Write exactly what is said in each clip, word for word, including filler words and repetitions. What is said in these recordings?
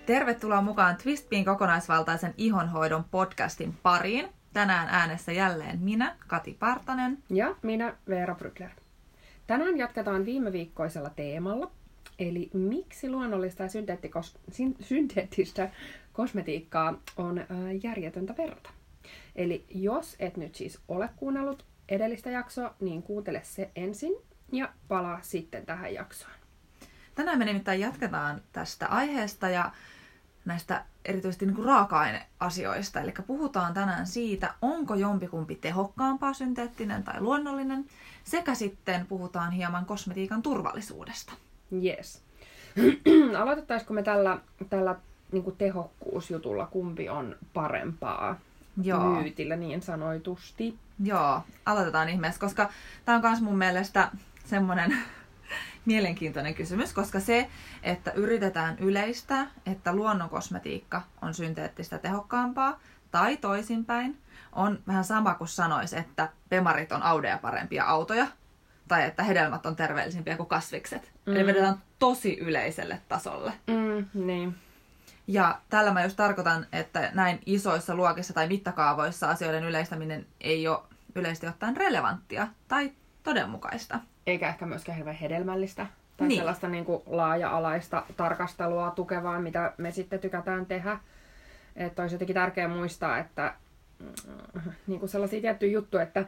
Tervetuloa mukaan Twistbeen kokonaisvaltaisen ihonhoidon podcastin pariin. Tänään äänessä jälleen minä, Kati Partanen. Ja minä, Veera Brückler. Tänään jatketaan viime viikkoisella teemalla, eli miksi luonnollista ja synteettistä kosmetiikkaa on ää, järjetöntä verrata. Eli jos et nyt siis ole kuunnellut edellistä jaksoa, niin kuuntele se ensin ja palaa sitten tähän jaksoon. Tänään me nimittäin jatketaan tästä aiheesta ja näistä erityisesti niin kuin raaka-aineasioista. Eli puhutaan tänään siitä, onko jompikumpi tehokkaampaa, synteettinen tai luonnollinen. Sekä sitten puhutaan hieman kosmetiikan turvallisuudesta. Yes. Aloitettaisiko me tällä, tällä niin kuin tehokkuusjutulla, kumpi on parempaa? Joo. Myytillä niin sanoitusti. Joo, aloitetaan ihmeessä, koska tämä on myös mun mielestä semmoinen mielenkiintoinen kysymys, koska se, että yritetään yleistää, että luonnonkosmetiikka on synteettistä tehokkaampaa, tai toisinpäin, on vähän sama kuin sanoisi, että pemarit on Audea parempia autoja, tai että hedelmät on terveellisimpiä kuin kasvikset. Mm. Eli vedetään tosi yleiselle tasolle. Mm, niin. Ja tällä mä just tarkoitan, että näin isoissa luokissa tai mittakaavoissa asioiden yleistäminen ei ole yleisesti ottaen relevanttia tai todenmukaista. Eikä ehkä myöskään hirveän hedelmällistä tai niin. sellaista niin kuin laaja-alaista tarkastelua tukevaa, mitä me sitten tykätään tehdä. Että olisi jotenkin tärkeää muistaa, että niin kuin sellaisia tiettyjä juttuja, että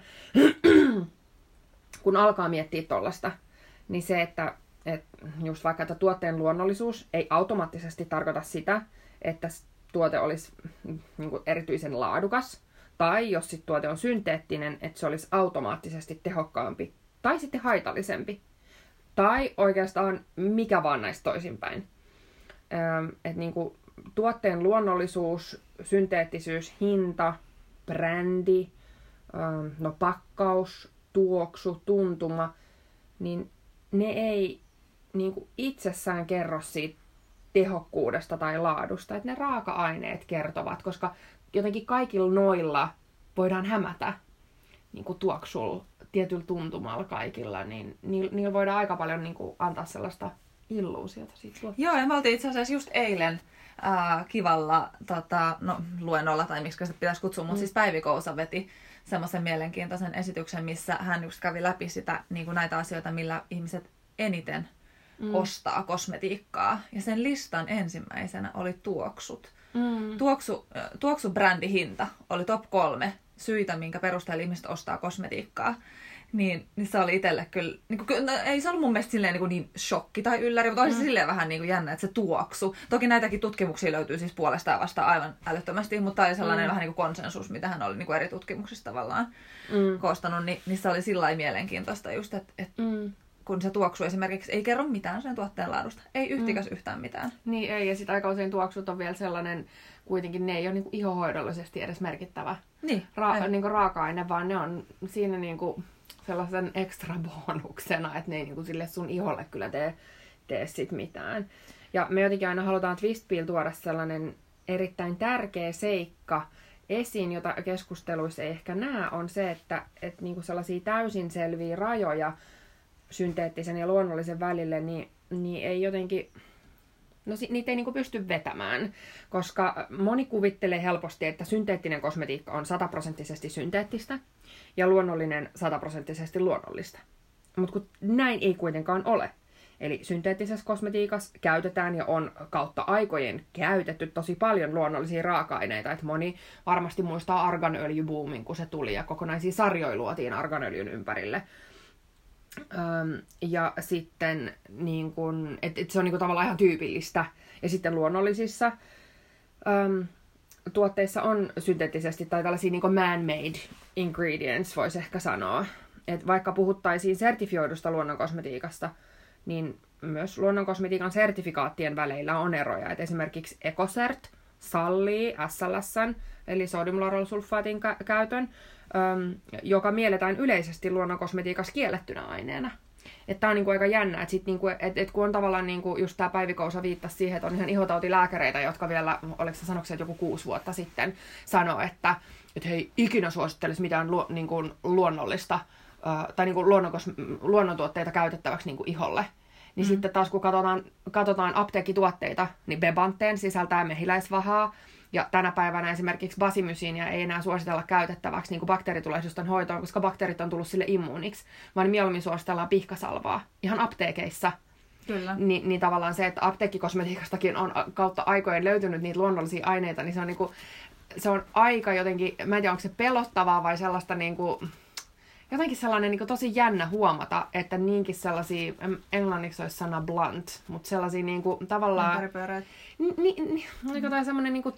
kun alkaa miettiä tollasta, niin se, että, että just vaikka että tuotteen luonnollisuus ei automaattisesti tarkoita sitä, että tuote olisi niin kuin erityisen laadukas, tai jos sit tuote on synteettinen, että se olisi automaattisesti tehokkaampi, tai sitten haitallisempi, tai oikeastaan mikä vaan näistä toisinpäin. Että niin kuin tuotteen luonnollisuus, synteettisyys, hinta, brändi, no pakkaus, tuoksu, tuntuma, niin ne ei niin kuin itsessään kerro siitä tehokkuudesta tai laadusta, että ne raaka-aineet kertovat, koska jotenkin kaikilla noilla voidaan hämätä niin kuin tuoksulla, tietyllä tuntumalla kaikilla, niin niillä voidaan aika paljon niin kuin antaa sellaista illuusiota siitä tuotteesta. Joo, ja me oltiin itse asiassa just eilen ää, kivalla tota, no, luennolla, tai miksi sitä pitäisi kutsua, mutta mm. siis Päivi Kousa veti semmoisen mielenkiintoisen esityksen, missä hän just kävi läpi sitä, niin kuin näitä asioita, millä ihmiset eniten mm. ostaa kosmetiikkaa. Ja sen listan ensimmäisenä oli tuoksut. Mm. Tuoksu, tuoksubrändihinta oli top kolme syitä, minkä perusteella ihmiset ostaa kosmetiikkaa. Niin, niin se oli itselle kyllä, niin kuin, no, ei se ollut mun mielestä silleen, niin, kuin niin shokki tai ylläri, mutta oli se mm. silleen vähän niin kuin jännä, että se tuoksu. Toki näitäkin tutkimuksia löytyy siis puolestaan vasta aivan älyttömästi, mutta oli sellainen mm. vähän niin kuin konsensus, mitä hän oli niin kuin eri tutkimuksista tavallaan mm. koostanut, niin, niin se oli sillä lailla mielenkiintoista just, että, että mm. kun se tuoksu esimerkiksi ei kerro mitään sen tuotteen laadusta, ei yhtikäs mm. yhtään mitään. Niin ei, ja sitten aika usein tuoksut on vielä sellainen, kuitenkin ne ei ole niin kuin ihohoidollisesti edes merkittävä niin, Ra- niin kuin raaka-aine, vaan ne on siinä niin kuin sellaisen ekstra bonuksena, että ne ei niin kuin sille sun iholle kyllä tee, tee sit mitään. Ja me jotenkin aina halutaan Twistbeen tuoda sellainen erittäin tärkeä seikka esiin, jota keskusteluissa ei ehkä näe, on se, että, että niin kuin sellaisia täysin selviä rajoja synteettisen ja luonnollisen välille, niin, niin ei jotenkin, no niitä ei niinku pysty vetämään, koska moni kuvittelee helposti, että synteettinen kosmetiikka on sataprosenttisesti synteettistä ja luonnollinen sataprosenttisesti luonnollista. Mutta kun näin ei kuitenkaan ole. Eli synteettisessä kosmetiikassa käytetään ja on kautta aikojen käytetty tosi paljon luonnollisia raaka-aineita. Et moni varmasti muistaa arganöljyboomin, kun se tuli ja kokonaisia sarjoja luotiin arganöljyn ympärille. Öm, ja sitten niin kun, et, et se on niin kun tavallaan ihan tyypillistä. Ja sitten luonnollisissa öm, tuotteissa on synteettisesti tai tällaisia niin kun man-made ingredients, voisi ehkä sanoa. Et vaikka puhuttaisiin sertifioidusta luonnonkosmetiikasta, niin myös luonnonkosmetiikan sertifikaattien väleillä on eroja. Et esimerkiksi Ecocert sallii S L S:n, eli sodiumlaurylsulfaatin kä- käytön, öm, joka mielletään yleisesti luonnonkosmetiikassa kiellettynä aineena. Tämä on niinku aika jännä, että sit niinku, et, et kun on tavallaan niinku, just tämä Päivi Kousa viittasi siihen, että on ihan ihotautilääkäreitä, jotka vielä, oliko se sanoksi, että joku kuusi vuotta sitten sanoo, että et he ei ikinä suosittelisi mitään lu, niinku, luonnollista ö, tai niinku luonnonkos, luonnontuotteita käytettäväksi niinku iholle. Niin mm. sitten taas kun katsotaan, katsotaan apteekkituotteita, niin Bebanteen sisältää mehiläisvahaa. Ja tänä päivänä esimerkiksi basimysiinia ei enää suositella käytettäväksi niin kuin bakteeritulehdusten hoitoon, koska bakteerit on tullut sille immuuniksi, vaan mieluummin suositellaan pihkasalvaa. Ihan apteekeissa. Kyllä. Ni, niin tavallaan se, että apteekkikosmetiikastakin on kautta aikojen löytynyt niitä luonnollisia aineita, niin se on, niin kuin, se on aika jotenkin, mä en tiedä, onko se pelottavaa vai sellaista niin kuin, jotenkin sellainen niin kuin tosi jännä huomata, että niinkin sellaisia, englanniksi olisi sana blunt, mutta sellaisia niin kuin, tavallaan... Ympäripyöreät. Ni, ni, ni, oliko tai semmoinen niin kuin,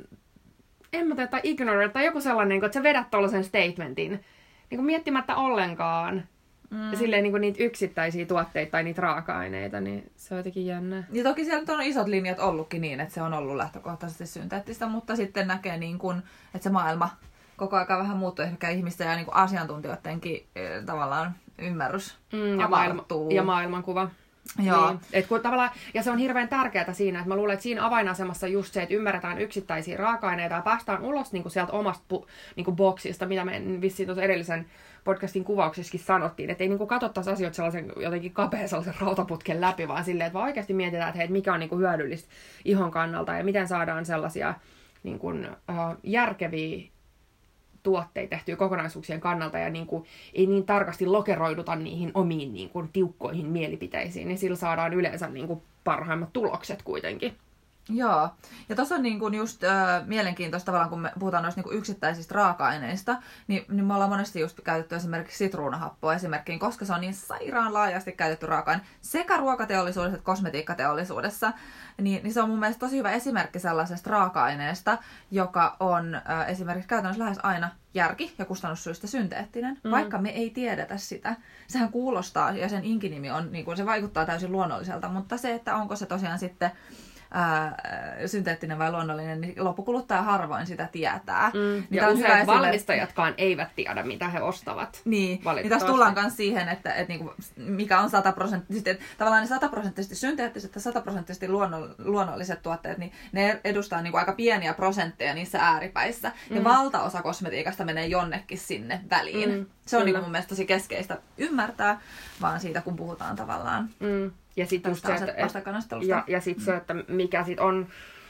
en mä tiedä, tai ignorant, tai joku sellainen, että sä vedät tollaisen statementin, niin kuin miettimättä ollenkaan, mm. silleen niin kuin niitä yksittäisiä tuotteita tai niitä raaka-aineita, niin se on jotenkin jännää. Ja toki siellä on isot linjat ollutkin niin, että se on ollut lähtökohtaisesti synteettistä, mutta sitten näkee niin kuin, että se maailma koko ajan vähän muuttuu, ehkä ihmisten ja niin kuin asiantuntijoidenkin tavallaan ymmärrys mm, ja, maailma, ja maailmankuva. Joo. Niin. Et kun tavallaan, ja se on hirveän tärkeää siinä, että mä luulen, että siinä avainasemassa just se, että ymmärretään yksittäisiä raaka-aineita ja päästään ulos niin kuin sieltä omasta niin kuin boksista, mitä me vissiin tuossa edellisen podcastin kuvauksessakin sanottiin, että ei niin kuin katsottaisi asioita sellaisen jotenkin kapean sellaisen rautaputken läpi, vaan silleen, että vaan oikeasti mietitään, että hei, mikä on niin kuin hyödyllistä ihon kannalta ja miten saadaan sellaisia niin kuin, uh, järkeviä tuotteita tehtyä kokonaisuuksien kannalta ja niin kuin, ei niin tarkasti lokeroiduta niihin omiin niin kuin, tiukkoihin mielipiteisiin, niin sillä saadaan yleensä niin kuin, parhaimmat tulokset kuitenkin. Joo, ja tuossa on niin kuin just äh, mielenkiintoista tavallaan, kun me puhutaan noista niin kuin yksittäisistä raaka-aineista, niin, niin me ollaan monesti just käytetty esimerkiksi sitruunahappoa esimerkkiin, koska se on niin sairaan laajasti käytetty raaka-aine sekä ruokateollisuudessa että kosmetiikkateollisuudessa, niin, niin se on mun mielestä tosi hyvä esimerkki sellaisesta raaka-aineesta, joka on äh, esimerkiksi käytännössä lähes aina järki- ja kustannussyistä synteettinen, mm. vaikka me ei tiedetä sitä. Sehän kuulostaa, ja sen inkinimi on, niin kuin se vaikuttaa täysin luonnolliselta, mutta se, että onko se tosiaan sitten Ää, synteettinen vai luonnollinen, niin loppukuluttaja harvoin sitä tietää. Mm. Niin ja useat valmistajatkaan eivät tiedä, mitä he ostavat. Niin, niin tässä tullaan myös siihen, että, että niinku, mikä on sataprosenttisesti, että tavallaan ne sataprosenttisesti synteettiset ja sataprosenttisesti luonnolliset tuotteet, niin ne edustaa niinku aika pieniä prosentteja niissä ääripäissä. Mm. Ja valtaosa kosmetiikasta menee jonnekin sinne väliin. Mm. Se on niinku mun mielestä tosi keskeistä ymmärtää, vaan siitä kun puhutaan tavallaan. Mm. Ja sitten just se, että, ja, ja sit se, että mikä sit on,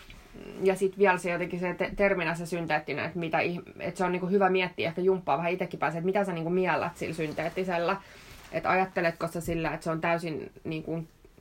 ja sitten vielä se jotenkin se te- terminä se synteettinen, että, mitä, että se on niinku hyvä miettiä, ehkä jumppaa vähän itsekin pääsee, että mitä sä niinku miellät sillä synteettisellä. Että ajatteletko sä sillä, että se on täysin niinku,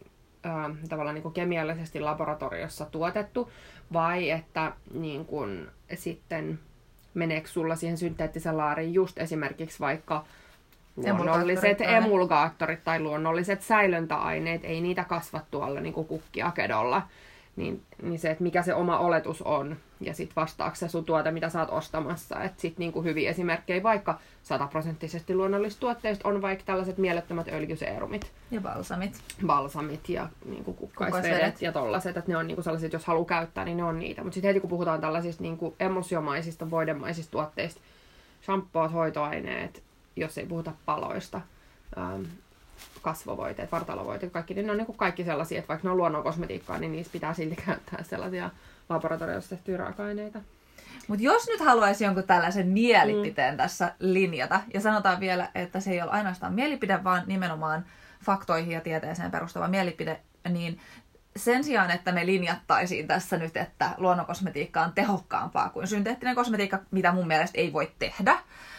äh, tavallaan niinku kemiallisesti laboratoriossa tuotettu, vai että niinku, sitten meneekö sulla siihen synteettisen laariin just esimerkiksi vaikka luonnolliset emulgaattorit tai luonnolliset säilöntäaineet, ei niitä kasva tuolla niin kuin kukkiakedolla. Niin, niin se, että mikä se oma oletus on, ja sitten vastaako se sun tuote, mitä sä oot ostamassa. Että sitten niin kuin hyviä esimerkkejä vaikka sataprosenttisesti luonnollisista tuotteista on vaikka tällaiset mielettömät öljyseerumit. Ja balsamit. Balsamit ja niin kuin kukkaisvedet ja tollaset, että ne on niin kuin sellaiset, jos haluaa käyttää, niin ne on niitä. Mutta sitten heti kun puhutaan tällaisista niin kuin emulsiomaisista, voidemaisista tuotteista, shampoot, hoitoaineet, jos ei puhuta paloista, ähm, kasvovoiteet, vartalovoiteet, kaikki, niin ne on niin kuin kaikki sellaisia, että vaikka ne on luonnon kosmetiikkaa, niin niissä pitää silti käyttää sellaisia laboratoriossa tehtyjä raaka-aineita. Mutta jos nyt haluaisi jonkun tällaisen mielipiteen mm. tässä linjata, ja sanotaan vielä, että se ei ole ainoastaan mielipide, vaan nimenomaan faktoihin ja tieteeseen perustuva mielipide, niin sen sijaan, että me linjattaisiin tässä nyt, että luonnonkosmetiikka on tehokkaampaa kuin synteettinen kosmetiikka, mitä mun mielestä ei voi tehdä,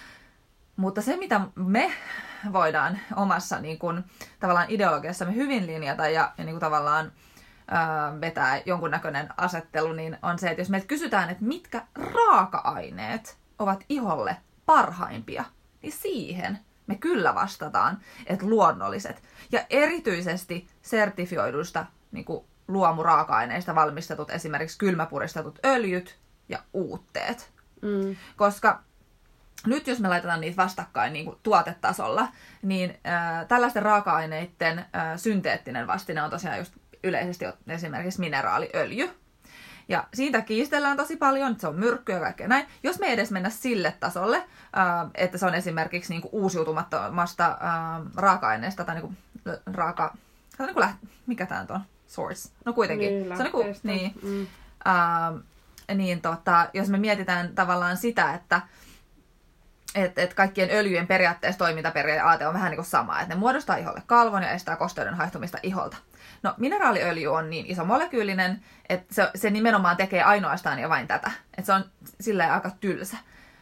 mutta se, mitä me voidaan omassa niin kuin, tavallaan ideologiassamme hyvin linjata ja, ja niin kuin, tavallaan ää, vetää jonkunnäköinen asettelu, niin on se, että jos meiltä kysytään, että mitkä raaka-aineet ovat iholle parhaimpia, niin siihen me kyllä vastataan, että luonnolliset. Ja erityisesti sertifioiduista niin kuin, luomuraaka-aineista valmistetut esimerkiksi kylmäpuristetut öljyt ja uutteet. Mm. Koska nyt jos me laitetaan niitä vastakkain niin kuin tuotetasolla, niin ää, tällaisten raaka-aineiden ää, synteettinen vastine on tosiaan just yleisesti esimerkiksi mineraaliöljy. Ja siitä kiistellään tosi paljon, että se on myrkkyä ja kaikkea näin. Jos me ei edes mennä sille tasolle, ää, että se on esimerkiksi niin kuin uusiutumattomasta ää, raaka-aineesta tai niin kuin raaka... Niin kuin läht... Mikä tämä on? Source. No kuitenkin. Niin, se on niin kuin, niin, mm. ää, niin tota, jos me mietitään tavallaan sitä, että että et kaikkien öljyjen periaatteessa toimintaperiaate on vähän niin kuin sama, että ne muodostaa iholle kalvon ja estää kosteuden haihtumista iholta. No, mineraaliöljy on niin iso molekyylinen, että se, se nimenomaan tekee ainoastaan ja vain tätä. Että se on silleen aika tylsä.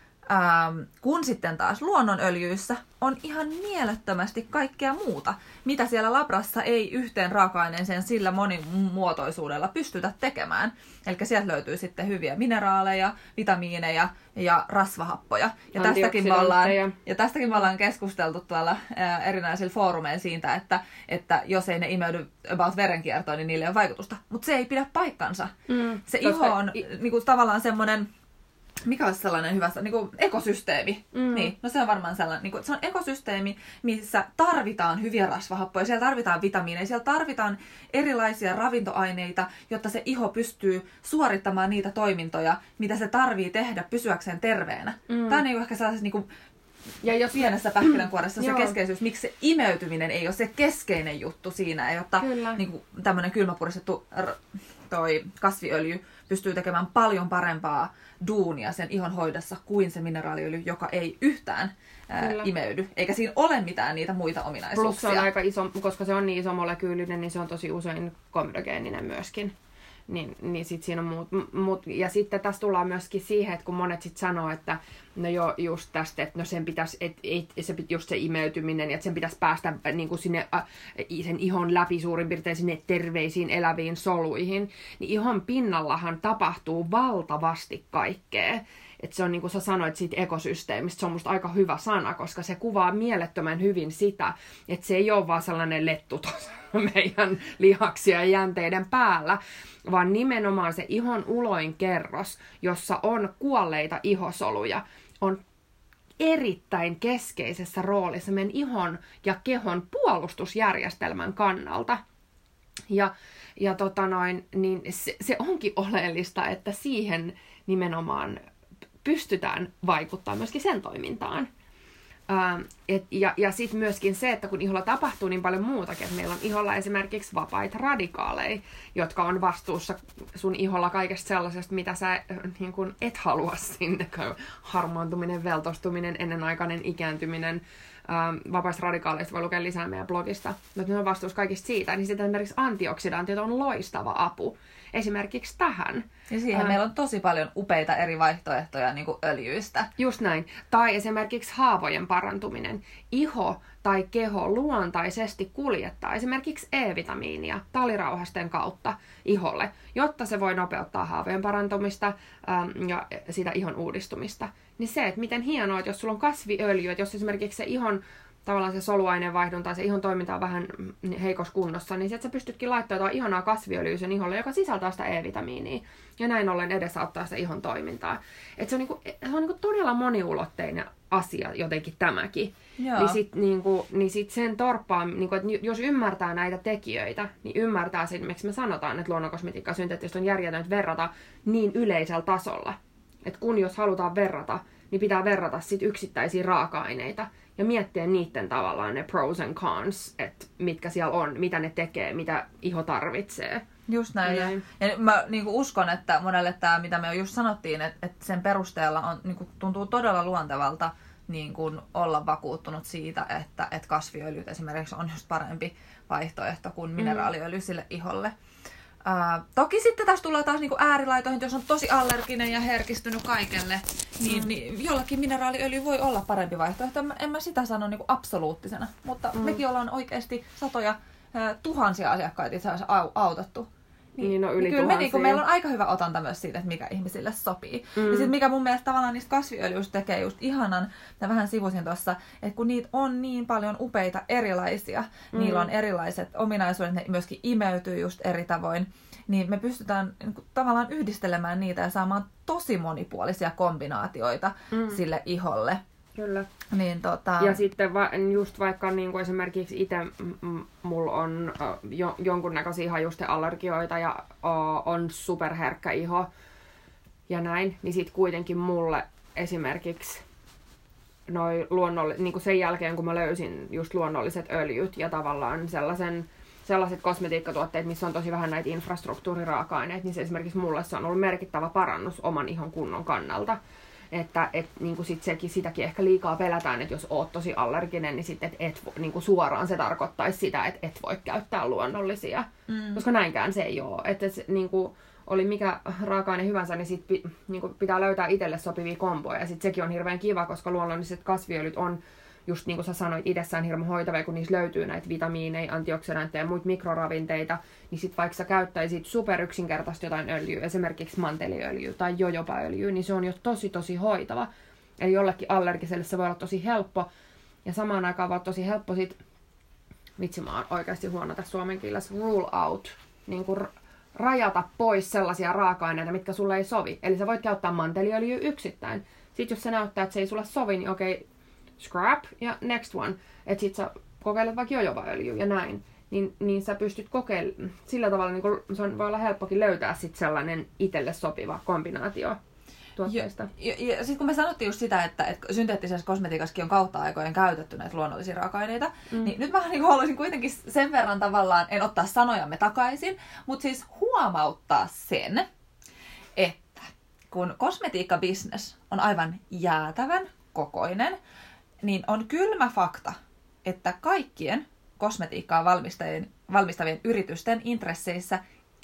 Ähm, kun sitten taas luonnonöljyissä on ihan mielettömästi kaikkea muuta, mitä siellä labrassa ei yhteen raaka-aineeseen sillä monimuotoisuudella pystytä tekemään. Eli sieltä löytyy sitten hyviä mineraaleja, vitamiineja ja rasvahappoja. Ja tästäkin me ollaan, ja tästäkin me ollaan keskusteltu tuolla ää, erinäisillä foorumeilla siitä, että, että jos ei ne imeydy about verenkiertoon, niin niille ei ole vaikutusta. Mutta se ei pidä paikkansa. Mm, se iho on i- niinku, tavallaan semmoinen... Mikä olisi sellainen hyvä niin kuin ekosysteemi? Mm. Niin, no se on varmaan sellainen. Niin kuin, se on ekosysteemi, missä tarvitaan hyviä rasvahappoja, siellä tarvitaan vitamiineja, siellä tarvitaan erilaisia ravintoaineita, jotta se iho pystyy suorittamaan niitä toimintoja, mitä se tarvii tehdä pysyäkseen terveenä. Mm. Tämä on niin ehkä sellaisessa niin kuin, ja jos pienessä pähkinänkuoressa se keskeisyys, miksi se imeytyminen ei ole se keskeinen juttu siinä, jotta niin kuin, tämmöinen kylmäpuristettu toi kasviöljy pystyy tekemään paljon parempaa duunia sen ihon hoidossa kuin se mineraaliöljy, joka ei yhtään ää, imeydy. Eikä siinä ole mitään niitä muita ominaisuuksia. Plus se on aika iso, koska se on niin iso molekyylinen, niin se on tosi usein komedogeeninen myöskin. Niin, niin sit siinä on muut, muut. Ja sitten tässä tullaan myöskin siihen, että kun monet sit sanoo, että no jo just tästä, että no sen pitäisi, että et, se, just se imeytyminen, ja että sen pitäisi päästä niin kuin sinne äh, sen ihon läpi suurin piirtein sinne terveisiin eläviin soluihin, niin ihon pinnallahan tapahtuu valtavasti kaikkea. Että se on niin kuin sä sanoit siitä ekosysteemistä, se on musta aika hyvä sana, koska se kuvaa mielettömän hyvin sitä, että se ei ole vaan sellainen lettu tuossa meidän lihaksia ja jänteiden päällä, vaan nimenomaan se ihon uloin kerros, jossa on kuolleita ihosoluja, on erittäin keskeisessä roolissa meidän ihon ja kehon puolustusjärjestelmän kannalta. Ja, ja tota noin, niin se, se onkin oleellista, että siihen nimenomaan pystytään vaikuttamaan myöskin sen toimintaan. Ähm, et, ja ja sitten myöskin se, että kun iholla tapahtuu niin paljon muutakin, että meillä on iholla esimerkiksi vapaita radikaaleja, jotka on vastuussa sun iholla kaikesta sellaisesta, mitä sä niin kun et halua sinne. Harmaantuminen, veltostuminen, ennenaikainen ikääntyminen. Ähm, vapaista radikaaleista voi lukea lisää meidän blogista. Mutta ne on vastuussa kaikista siitä. Niin sitten esimerkiksi antioksidantit on loistava apu esimerkiksi tähän. Ja siihen ähm, meillä on tosi paljon upeita eri vaihtoehtoja niin kuin öljyistä. Just näin. Tai esimerkiksi haavojen parantuminen. Iho tai keho luontaisesti kuljettaa esimerkiksi E-vitamiinia talirauhasten kautta iholle, jotta se voi nopeuttaa haavojen parantumista ähm, ja sitä ihon uudistumista. Niin se, että miten hienoa, että jos sulla on kasviöljy, että jos esimerkiksi se ihon tavallaan se soluaineenvaihdunta tai se ihon toiminta on vähän heikossa kunnossa, niin että sä pystytkin laittamaan jotain ihanaa kasviöljyä sen iholle, joka sisältää sitä E-vitamiinia. Ja näin ollen edesauttaa sitä ihon toimintaa. Et se on, niinku, se on niinku todella moniulotteinen asia jotenkin tämäkin. Joo. Niin sitten niinku, niin sit sen torppaa, niinku, että jos ymmärtää näitä tekijöitä, niin ymmärtää sen, miksi me sanotaan, että luonnonkosmetiikka ja synteettistä on järjetöntä verrata niin yleisellä tasolla. Että kun jos halutaan verrata, niin pitää verrata sit yksittäisiä raaka-aineita ja miettiä niiden tavallaan ne pros and cons, että mitkä siellä on, mitä ne tekee, mitä iho tarvitsee. Just näin. näin. Ja, ja mä niin kuin uskon, että monelle tämä, mitä me jo just sanottiin, että, että sen perusteella on, niin kuin, tuntuu todella luontevalta niin kuin olla vakuuttunut siitä, että, että kasviöljyt esimerkiksi on just parempi vaihtoehto kuin mineraaliöljy sille iholle. Uh, toki sitten taas tullaan taas niinku äärilaitoihin, jos on tosi allerginen ja herkistynyt kaikelle, niin, mm. niin jollakin mineraaliöljy voi olla parempi vaihtoehto. En, en mä sitä sano niinku absoluuttisena, mutta mm. mekin ollaan oikeasti satoja, uh, tuhansia asiakkaita itse asiassa au, autettu. Niin, niin no yli kyllä me, niinku, meillä on aika hyvä otanta myös siitä, että mikä ihmisille sopii. Mm. Ja sitten mikä mun mielestä tavallaan niistä kasviöljyistä tekee just ihanan, ja vähän sivusin tuossa, että kun niitä on niin paljon upeita erilaisia, mm. niillä on erilaiset ominaisuudet, ne myöskin imeytyy just eri tavoin, niin me pystytään niin, tavallaan yhdistelemään niitä ja saamaan tosi monipuolisia kombinaatioita mm. sille iholle. Kyllä. Niin, tota... Ja sitten va- just vaikka niin kuin esimerkiksi itse m- mulla on uh, jo- jonkunnäköisiä hajusteallergioita ja uh, on superherkkä iho ja näin, niin sit kuitenkin mulle esimerkiksi noi luonnolli- niin kuin sen jälkeen, kun mä löysin just luonnolliset öljyt ja tavallaan sellaisen, sellaiset kosmetiikkatuotteet, missä on tosi vähän näitä infrastruktuuriraaka-aineita, niin se esimerkiksi mulle se on ollut merkittävä parannus oman ihon kunnon kannalta. että et, niinku sit sekin, sitäkin ehkä liikaa pelätään, että jos oot tosi allerginen, niin sitten et, et, niinku suoraan se tarkoittaisi sitä, että et voi käyttää luonnollisia. Mm. Koska näinkään se ei ole. Että se, niinku, oli mikä raaka-aine hyvänsä, niin sit pi, niinku pitää löytää itselle sopivia komboja. Ja sit sekin on hirveän kiva, koska luonnolliset kasviöljyt on, just niin kuin sä sanoit, itsessään hirveän hoitavia, kun niissä löytyy näitä vitamiineja, antioksidantteja ja muita mikroravinteita, niin sit vaikka sä käyttäisit superyksinkertaista jotain öljyä, esimerkiksi manteliöljyä tai jojobaöljyä, niin se on jo tosi tosi hoitava. Eli jollekin allergiselle se voi olla tosi helppo, ja samaan aikaan voi olla tosi helppo sit, vitsi mä oon oikeasti huono tässä suomen kielessä, rule out, niin kuin rajata pois sellaisia raaka-aineita, mitkä sulle ei sovi. Eli sä voit käyttää manteliöljyä yksittäin. Sitten jos se näyttää, että se ei sulle sovi, niin okei, scrap ja next one. Että sit sä kokeilet vaikka jojobaöljyä ja näin. Niin, niin sä pystyt kokeilemaan. Sillä tavalla niin kun, se on, voi olla helppokin löytää sit sellainen itselle sopiva kombinaatio tuotteista. Ja, ja, ja sitten kun me sanottiin just sitä, että, että synteettisessä kosmetiikassakin on kautta aikojen käytetty näitä luonnollisia raaka-aineita, mm. niin nyt mä niin haluaisin kuitenkin sen verran tavallaan, en ottaa sanojamme takaisin, mutta siis huomauttaa sen, että kun kosmetiikkabisnes on aivan jäätävän kokoinen, niin on kylmä fakta, että kaikkien kosmetiikkaa valmistavien, valmistavien yritysten intresseissä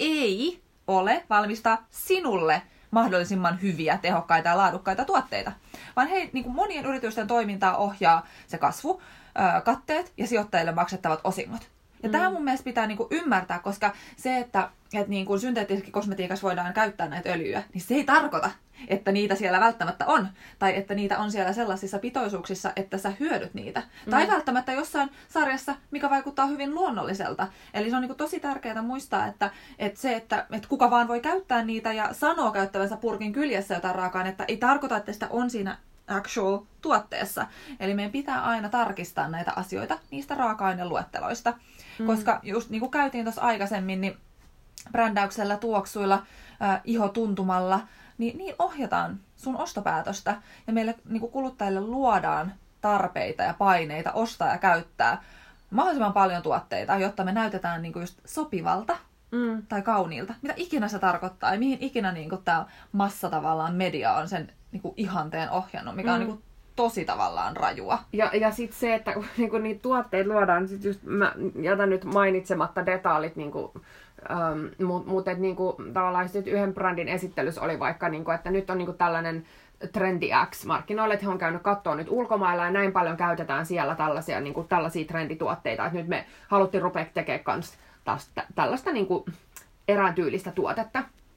ei ole valmistaa sinulle mahdollisimman hyviä, tehokkaita ja laadukkaita tuotteita. Vaan hei, niin kuin monien yritysten toimintaa ohjaa se kasvu, katteet ja sijoittajille maksettavat osingot. Ja mm. tämä mun mielestä pitää niin kuin ymmärtää, koska se, että, että niin kuin synteettisessä kosmetiikassa voidaan käyttää näitä öljyjä, niin se ei tarkoita, että niitä siellä välttämättä on. Tai että niitä on siellä sellaisissa pitoisuuksissa, että sä hyödyt niitä. Mm. Tai välttämättä jossain sarjassa, mikä vaikuttaa hyvin luonnolliselta. Eli se on niin kuin tosi tärkeää muistaa, että, että se, että, että kuka vaan voi käyttää niitä ja sanoo käyttävänsä purkin kyljessä jotain raaka-ainetta, ei tarkoita, että sitä on siinä actual tuotteessa. Eli meidän pitää aina tarkistaa näitä asioita niistä raaka-aineluetteloista. Mm. Koska just niin kuin käytiin tuossa aikaisemmin, niin brändäyksellä, tuoksuilla, äh, ihotuntumalla, niin, niin ohjataan sun ostopäätöstä. Ja meille niin kuin kuluttajille luodaan tarpeita ja paineita ostaa ja käyttää mahdollisimman paljon tuotteita, jotta me näytetään niin kuin just sopivalta mm. tai kauniilta. Mitä ikinä se tarkoittaa ja mihin ikinä niin kuin tämä massa tavallaan media on sen niin kuin ihanteen ohjannut, mikä mm. on niin kuin tosi tavallaan rajua. Ja, ja sitten se, että niinku niitä tuotteita luodaan, sit just mä jätän nyt mainitsematta detailit, niinku, ähm, mutta mut, niinku, tavallaan yhden brändin esittelyssä oli vaikka, niinku, että nyt on niinku tällainen trendi X markkinoille, että he on käynyt katsoa nyt ulkomailla ja näin paljon käytetään siellä tällaisia, niinku, tällaisia trendituotteita, että nyt me haluttiin rupea tekemään kans taas tä- tällaista niinku, erätyylistä tuotetta.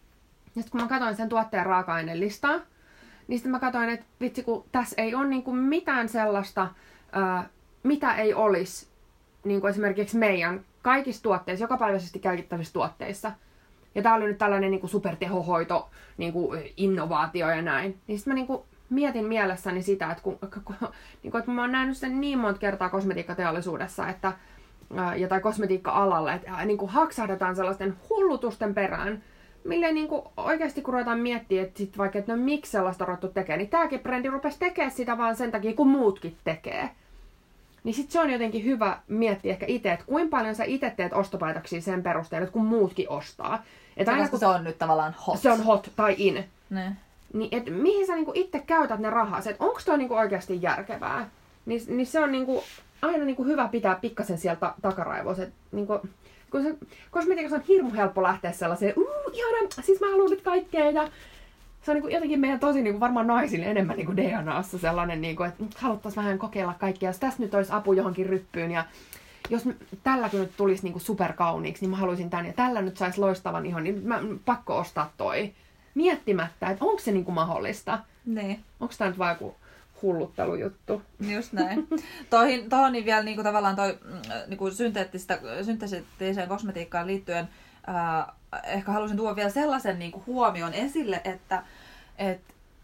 Ja sitten kun mä katsoin sen tuotteen raaka-ainelistaa, niin sitten mä katsoin, että vitsi, kun tässä ei ole niinku mitään sellaista, ää, mitä ei olisi niinku esimerkiksi meidän kaikissa tuotteissa, jokapäiväisesti käytettävissä tuotteissa. Ja tää oli nyt tällainen niinku supertehohoito, niinku innovaatio ja näin. Niin sitten mä niinku mietin mielessäni sitä, että, kun, kun, niinku, että mä oon nähnyt sen niin monta kertaa kosmetiikkateollisuudessa, että, ää, ja tai kosmetiikka-alalle, että ää, niinku haksahdetaan sellaisten hullutusten perään, milleen niinku oikeasti kun ruvetaan miettimään, että sit vaikka, että no miksi sellaista on ruvettu tekemään, niin tääkin brändi rupesi tekemään sitä vaan sen takia, kun muutkin tekee. Niin sit se on jotenkin hyvä miettiä ehkä itse, että kuinka paljon sä itse teet ostopäätöksiä sen perusteella, että kun muutkin ostaa. Et aina, kun se on nyt tavallaan hot. Se on hot tai in. Ne. Niin, että mihin sä niinku itse käytät ne rahas, että onko toi niinku oikeasti järkevää. Niin, niin se on niinku aina niinku hyvä pitää pikkasen sieltä takaraivossa. Niinku, kun se kosmetiikassa on hirmu helppo lähteä sellaiseen, uuu, ihana, siis mä haluan nyt kaikkea. Ja se on niin kuin jotenkin meidän tosi niin kuin varmaan naisille enemmän niin kuin D N A:ssa sellainen, niin kuin, että haluttaisiin vähän kokeilla kaikkea. Jos tässä nyt olisi apu johonkin ryppyyn ja jos tälläkin nyt tulisi niin kuin superkauniiksi, niin mä haluaisin tän ja tällä nyt saisi loistavan ihon, niin mä pakko ostaa toi. Miettimättä, että onko se niin kuin mahdollista. Ne. Onko tämä nyt vaan joku hulluttelujuttu? Just näin. Toihin, tohon niin vielä niin kuin tavallaan toi niin kuin synteettiseen kosmetiikkaan liittyen ää, ehkä halusin tuoda vielä sellaisen niin kuin huomion esille, että et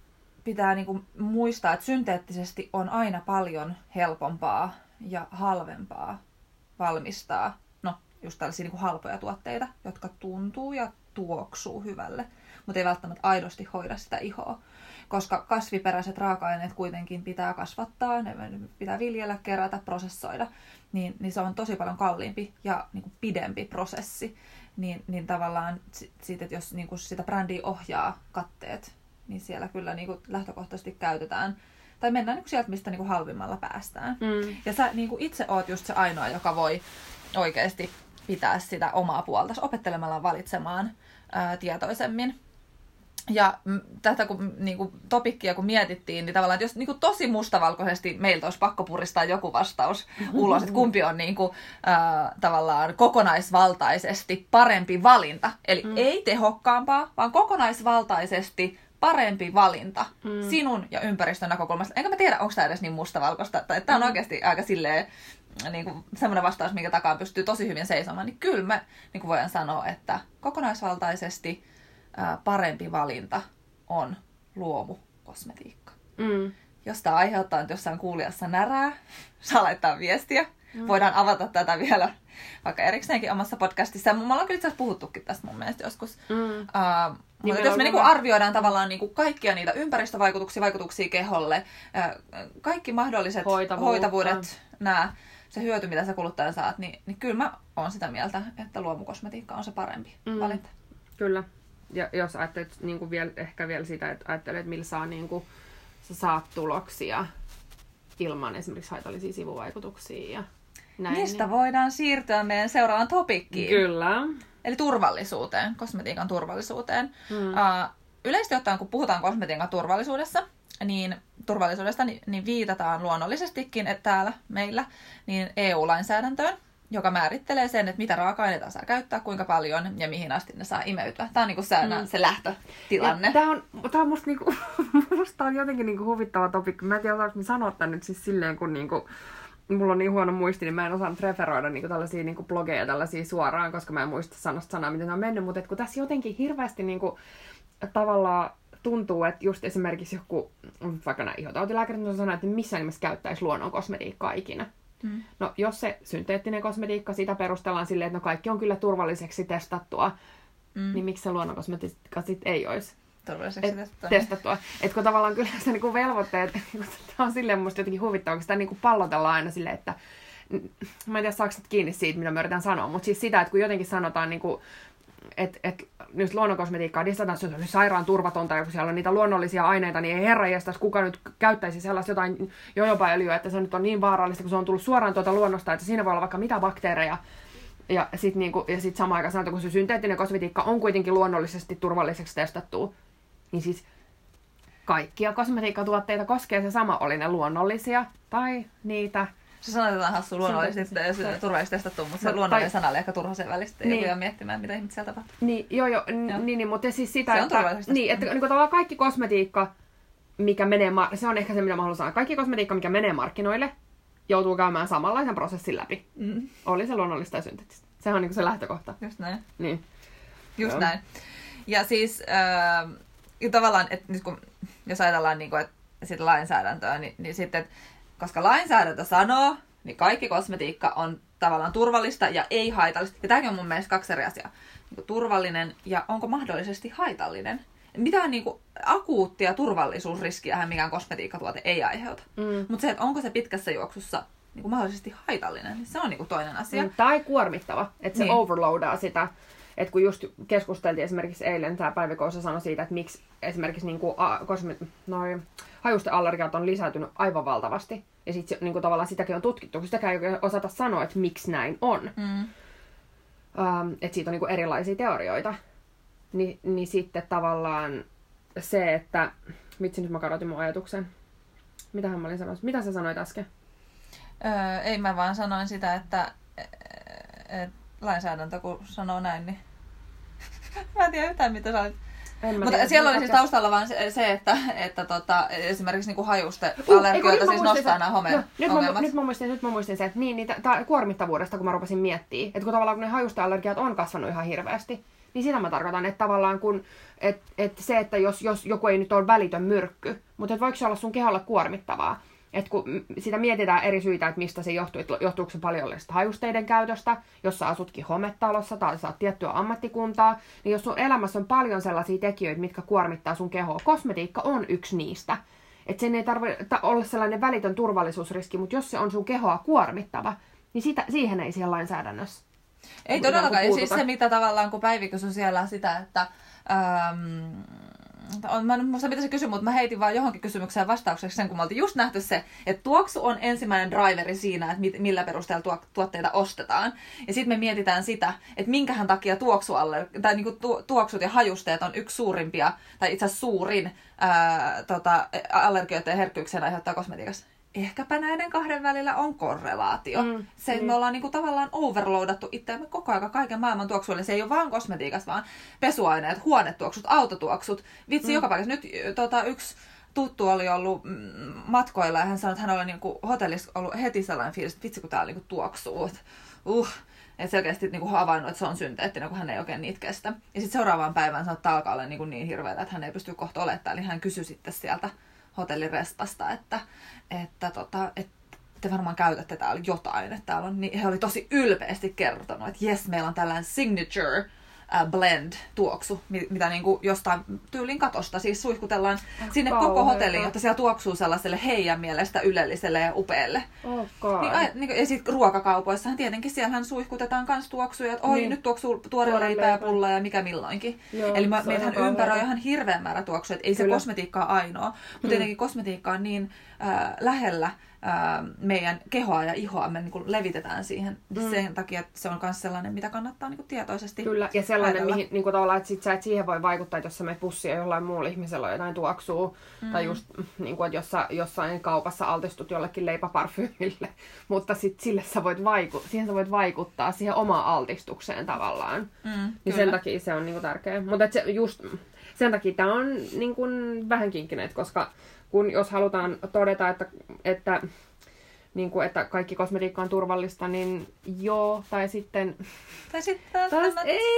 pitää niin kuin muistaa, että synteettisesti on aina paljon helpompaa ja halvempaa valmistaa, no just tällaisia niin kuin halpoja tuotteita, jotka tuntuu ja tuoksuu hyvälle, mutta ei välttämättä aidosti hoida sitä ihoa. Koska kasviperäiset raaka-aineet kuitenkin pitää kasvattaa, ne pitää viljellä, kerätä, prosessoida, niin, niin se on tosi paljon kalliimpi ja niin kuin pidempi prosessi. Niin, niin tavallaan siitä, että jos niin kuin sitä brändiä ohjaa katteet niin siellä kyllä niin kuin lähtökohtaisesti käytetään, tai mennään niin kuin sieltä, mistä niin kuin halvimmalla päästään. Mm. Ja sä niin kuin itse oot just se ainoa, joka voi oikeasti pitää sitä omaa puolta opettelemalla valitsemaan ää, tietoisemmin. Ja tätä kun, niin kuin, topikkia kun mietittiin, niin tavallaan, että jos niin kuin, tosi mustavalkoisesti meiltä olisi pakko puristaa joku vastaus ulos, että kumpi on niin kuin, äh, tavallaan kokonaisvaltaisesti parempi valinta. Eli mm. ei tehokkaampaa, vaan kokonaisvaltaisesti parempi valinta mm. sinun ja ympäristön näkökulmasta. Enkä mä tiedä, onko tämä edes niin mustavalkoista. Tämä on mm. oikeasti aika silleen, niin kuin semmoinen vastaus, minkä takaan pystyy tosi hyvin seisomaan. Niin kyllä mä niin kuin voin sanoa, että kokonaisvaltaisesti parempi valinta on luomukosmetiikka. Mm. Jos tämä aiheuttaa nyt jossain kuulijassa närää, saa laittaa viestiä. Mm. Voidaan avata tätä vielä vaikka erikseenkin omassa podcastissa. Me ollaan kyllä itse asiassa puhuttukin tästä mun mielestä joskus. Mm. Uh, mutta jos me niinku arvioidaan tavallaan niinku kaikkia niitä ympäristövaikutuksia, vaikutuksia keholle, uh, kaikki mahdolliset hoitavuudet, nää, se hyöty, mitä sä kuluttajan saat, niin, niin kyllä mä oon sitä mieltä, että luomukosmetiikka on se parempi mm. valinta. Kyllä. Ja jos ajattelet niin kuin vielä, ehkä vielä sitä, että ajattelet, että millä saa, niin kuin, sä saat tuloksia ilman esimerkiksi haitallisia sivuvaikutuksia. Ja näin, mistä niin voidaan siirtyä meidän seuraavaan topikkiin. Kyllä. Eli turvallisuuteen, kosmetiikan turvallisuuteen. Hmm. Uh, yleisesti ottaen, kun puhutaan kosmetiikan turvallisuudessa, niin turvallisuudesta niin, niin viitataan luonnollisestikin, että täällä meillä niin E U-lainsäädäntöön, joka määrittelee sen, että mitä raaka-aineita saa käyttää, kuinka paljon ja mihin asti ne saa imeytyä. Tämä on niinku se, mm. se lähtötilanne. Tämä on, tämä on musta, niinku, musta on jotenkin niinku huvittava topikki. Mä en tiedä, osaanko sanoa tämän nyt siis silleen, kun niinku, mulla on niin huono muisti, niin mä en osannut referoida niinku tällaisia niinku blogeja tällaisia suoraan, koska mä en muista sanosta sanaa, miten ne on mennyt. Mutta kun tässä jotenkin hirveästi niinku, tavallaan tuntuu, että just esimerkiksi joku, vaikka nämä ihotautilääkärit on sanonut, että missään nimessä käyttäisi luonnon kosmetiikkaa ikinä. Mm. No, jos se synteettinen kosmetiikka, sitä perustellaan silleen, että no kaikki on kyllä turvalliseksi testattua, mm. niin miksi se luonnon kosmetiikka sitten ei olisi turvalliseksi testattua? testattua. Että kun tavallaan kyllä se niinku velvoitteet, tämä on silleen musta jotenkin huvittavaa, kun sitä niinku pallotellaan aina silleen, että mä en tiedä saako kiinni siitä, mitä mä yritän sanoa, mutta siis sitä, että kun jotenkin sanotaan niinku, että et, nyt luonnonkosmetiikkaa distataan, se on sairaan turvatonta, ja kun siellä on niitä luonnollisia aineita, niin ei herranjestas, kuka nyt käyttäisi sellaista jotain jojobaöljyä, että se nyt on niin vaarallista, kun se on tullut suoraan tuota luonnosta, että siinä voi olla vaikka mitä bakteereja. Ja sitten niinku, sit samaan aikaan sanotaan, kun se synteettinen kosmetiikka on kuitenkin luonnollisesti turvalliseksi testattu, niin siis kaikkia kosmetiikkatuotteita koskee se sama, oli ne luonnollisia tai niitä. Se sanotaan että on hassu luonnollisesti turvallisesti testattu, mutta se no, luonnollinen tai... sana oli ehkä turha sen välistä. Niin. Ei voi miettimään, mitä ihmiset siellä tapahtuu. Niin, joo, joo, n- joo. Niin, niin, mutta siis sitä, se että, niin, että niin tavallaan kaikki kosmetiikka, mikä menee, mar- se on ehkä se, mitä mä haluan sanoa, kaikki kosmetiikka, mikä menee markkinoille, joutuu käymään samanlaisen prosessin läpi. Mm. Oli se luonnollista ja synteettistä. Sehän on niin se lähtökohta. Just näin. Niin. Just joo. näin. Ja siis äh, tavallaan, että nyt kun, jos ajatellaan niin kuin, että sit lainsäädäntöä, niin, niin sitten, että koska lainsäädäntö sanoo, niin kaikki kosmetiikka on tavallaan turvallista ja ei haitallista. Ja tämäkin on mun mielestä kaksi eri asiaa. Niin turvallinen ja onko mahdollisesti haitallinen. Mitään niin kuin akuuttia turvallisuusriskiä mikään kosmetiikkatuote ei aiheuta. Mm. Mutta se, että onko se pitkässä juoksussa niin kuin mahdollisesti haitallinen, niin se on niin kuin toinen asia. Mm, tai kuormittava, että se niin. overloadaa sitä. Että kun just keskusteltiin esimerkiksi eilen, tämä Päivi Kousa sanoi siitä, että miksi esimerkiksi niin kuin, a, kosme- noi, hajusteallergiat on lisääntynyt aivan valtavasti. Ja sitten niin tavallaan sitäkin on tutkittu, kun sitäkään ei osata sanoa, että miksi näin on. Mm. Um, että siitä on niin kuin erilaisia teorioita. Ni, niin sitten tavallaan se, että... Vitsi, nyt mä kadotin mun ajatuksen. Mitähän mä olin sanonut? Mitä sä sanoit äsken? Öö, ei, mä vaan sanoin sitä, että et, lainsäädäntö kun sanoo näin, niin... mä en tiedä yhtään, mitä sä olit... Mutta tiedä, siellä oli siis taustalla vaan se, se että, että tota, esimerkiksi niinku hajusteallergioita uh, siis nostaa nämä home-ongelmat. Nyt mä muistin, nyt mä muistin se, että niin, niin t- kuormittavuudesta, kun mä rupesin miettimään, että kun tavallaan kun ne hajusteallergiat on kasvanut ihan hirveästi, niin sitä mä tarkoitan, että tavallaan kun, et, et se, että jos, jos joku ei nyt ole välitön myrkky, mutta et voiko se olla sun keholle kuormittavaa? Että kun sitä mietitään eri syitä, että mistä se johtuu, että johtuuko se paljon hajusteiden käytöstä, jos sä asutkin hometalossa tai saat tiettyä ammattikuntaa, niin jos sun elämässä on paljon sellaisia tekijöitä, mitkä kuormittaa sun kehoa, kosmetiikka on yksi niistä. Että sen ei tarvitse olla sellainen välitön turvallisuusriski, mutta jos se on sun kehoa kuormittava, niin sitä, siihen ei siellä lainsäädännössä. Ei todellakaan. Ja siis se, mitä tavallaan, kun Päivi kysyi siellä sitä, että... Ähm, on, mä en muista mitä se kysyi, mutta mä heitin vaan johonkin kysymykseen vastaukseksi sen, kun me oltiin just nähty se, että tuoksu on ensimmäinen driveri siinä, että millä perusteella tuotteita ostetaan. Ja sitten me mietitään sitä, että minkähän takia tuoksualler- tai niinku tu- tuoksut ja hajusteet on yksi suurimpia, tai itse asiassa suurin ää, tota, allergioiden ja herkkyyksien aiheuttaa kosmetiikassa. Ehkäpä näiden kahden välillä on korrelaatio. Mm, se, että mm. me ollaan niinku tavallaan overloadattu itseämme koko ajan kaiken maailman tuoksuille. Se ei ole vaan kosmetiikassa, vaan pesuaineet, huonetuoksut, autotuoksut. Vitsi, mm. joka paikassa. Nyt tota, yksi tuttu oli ollut matkoilla ja hän sanoi, että hän oli niinku hotellissa ollut heti sellainen fiilis, että vitsi kun täällä niinku tuoksuu. Uh. Ja selkeästi niinku havainnut, että se on synteettinen, kun hän ei oikein niitä kestä. Ja sitten seuraavaan päivään saattaa alkaa olla niin, niin hirveätä, että hän ei pysty kohta olemaan. Eli hän kysyi sitten sieltä hotellirespasta, että, että, tota, että te varmaan käytätte täällä jotain. Että täällä on, niin he oli tosi ylpeästi kertonut, että jes, meillä on tällainen signature uh, blend tuoksu, mitä niin kuin jostain tyylin katosta siis suihkutellaan oh, sinne kauheeta. Koko hotelliin, jotta siellä tuoksuu sellaiselle heidän mielestä ylelliselle ja upealle. Oh, niin, niin, ja sitten ruokakaupoissahan tietenkin siellähän suihkutetaan kans tuoksuja, että oi niin. Nyt tuoksuu tuore leipä ja pulla ja mikä milloinkin. Joo, eli meillähän ympäröi ihan hirveän määrä tuoksuja, että ei Kyllä. se kosmetiikka ole ainoa, mutta hmm. tietenkin kosmetiikka on niin äh, lähellä meidän kehoa ja ihoa me niin levitetään siihen. Mm. Sen takia että se on myös sellainen, mitä kannattaa niin tietoisesti Kyllä, ja sellainen, mihin, niin kuin että sit sä et siihen voi vaikuttaa, että jos sä menet pussiin ja jollain muulla ihmisellä on jotain tuoksuu, mm. tai just, niin kuin, että jos sä jossain kaupassa altistut jollekin leipäparfyymille, mutta sit sille sä voit vaiku- siihen sä voit vaikuttaa siihen omaan altistukseen tavallaan. Mm, niin sen takia se on niin kuin tärkeää. Mutta se, just sen takia tää on niin kuin vähän kinkkineet, koska kun jos halutaan todeta, että, että, niin kuin, että kaikki kosmetiikka on turvallista, niin joo, tai sitten... Tai sitten... Taas